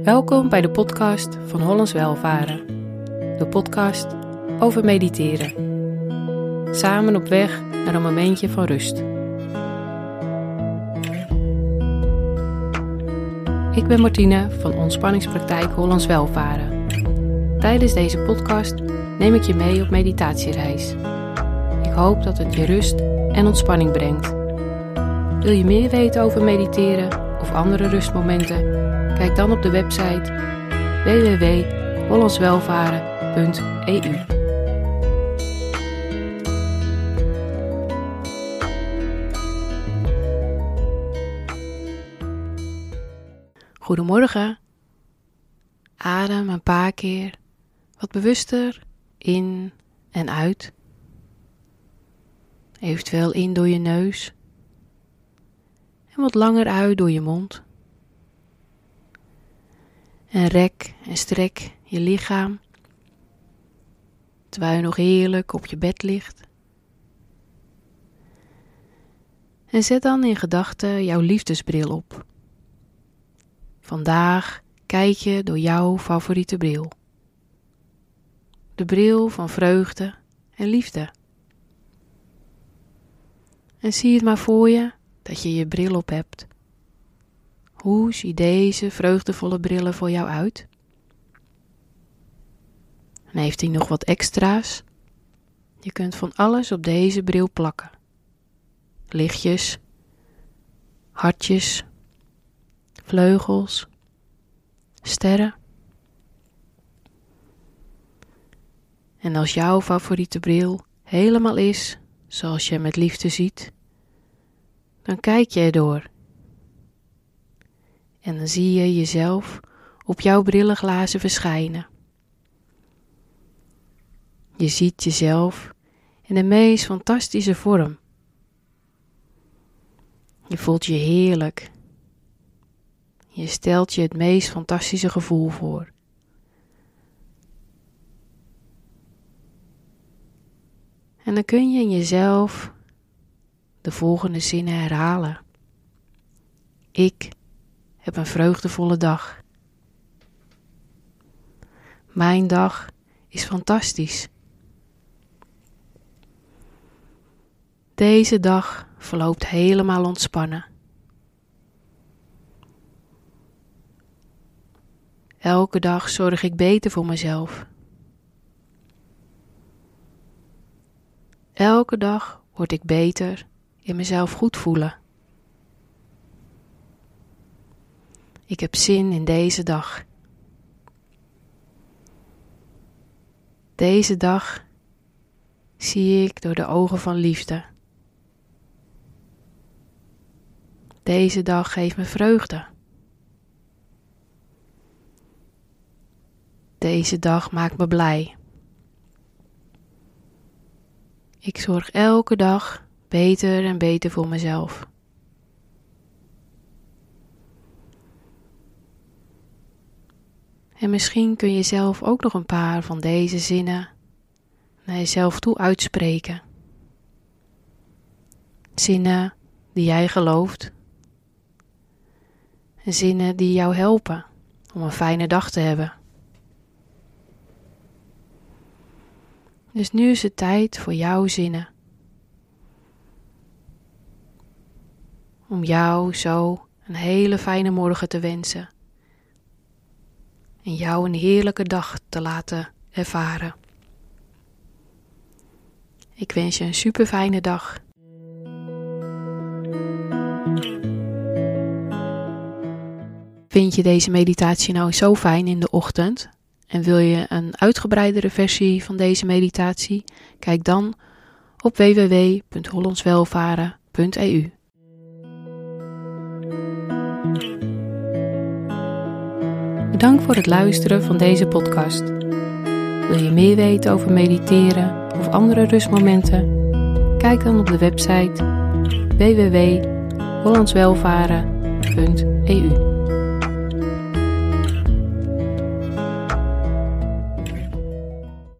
Welkom bij de podcast van Hollands Welvaren. De podcast over mediteren. Samen op weg naar een momentje van rust. Ik ben Martine van Ontspanningspraktijk Hollands Welvaren. Tijdens deze podcast neem ik je mee op meditatiereis. Ik hoop dat het je rust en ontspanning brengt. Wil je meer weten over mediteren of andere rustmomenten? Kijk dan op de website www.hollandswelvaren.eu. Goedemorgen. Adem een paar keer wat bewuster in en uit. Eventueel in door je neus en wat langer uit door je mond. En rek en strek je lichaam, terwijl je nog heerlijk op je bed ligt. En zet dan in gedachten jouw liefdesbril op. Vandaag kijk je door jouw favoriete bril. De bril van vreugde en liefde. En zie het maar voor je dat je je bril op hebt. Hoe ziet deze vreugdevolle bril er voor jou uit? En heeft hij nog wat extra's? Je kunt van alles op deze bril plakken. Lichtjes, hartjes, vleugels, sterren. En als jouw favoriete bril helemaal is zoals je met liefde ziet, dan kijk je erdoor. En dan zie je jezelf op jouw brillenglazen verschijnen. Je ziet jezelf in de meest fantastische vorm. Je voelt je heerlijk. Je stelt je het meest fantastische gevoel voor. En dan kun je in jezelf de volgende zinnen herhalen. Ik heb een vreugdevolle dag. Mijn dag is fantastisch. Deze dag verloopt helemaal ontspannen. Elke dag zorg ik beter voor mezelf. Elke dag word ik beter in mezelf goed voelen. Ik heb zin in deze dag. Deze dag zie ik door de ogen van liefde. Deze dag geeft me vreugde. Deze dag maakt me blij. Ik zorg elke dag beter en beter voor mezelf. En misschien kun je zelf ook nog een paar van deze zinnen naar jezelf toe uitspreken. Zinnen die jij gelooft. En zinnen die jou helpen om een fijne dag te hebben. Dus nu is het tijd voor jouw zinnen. Om jou zo een hele fijne morgen te wensen. En jou een heerlijke dag te laten ervaren. Ik wens je een super fijne dag. Vind je deze meditatie nou zo fijn in de ochtend? En wil je een uitgebreidere versie van deze meditatie? Kijk dan op www.hollandswelvaren.eu. Bedankt voor het luisteren van deze podcast. Wil je meer weten over mediteren of andere rustmomenten? Kijk dan op de website www.hollandswelvaren.eu.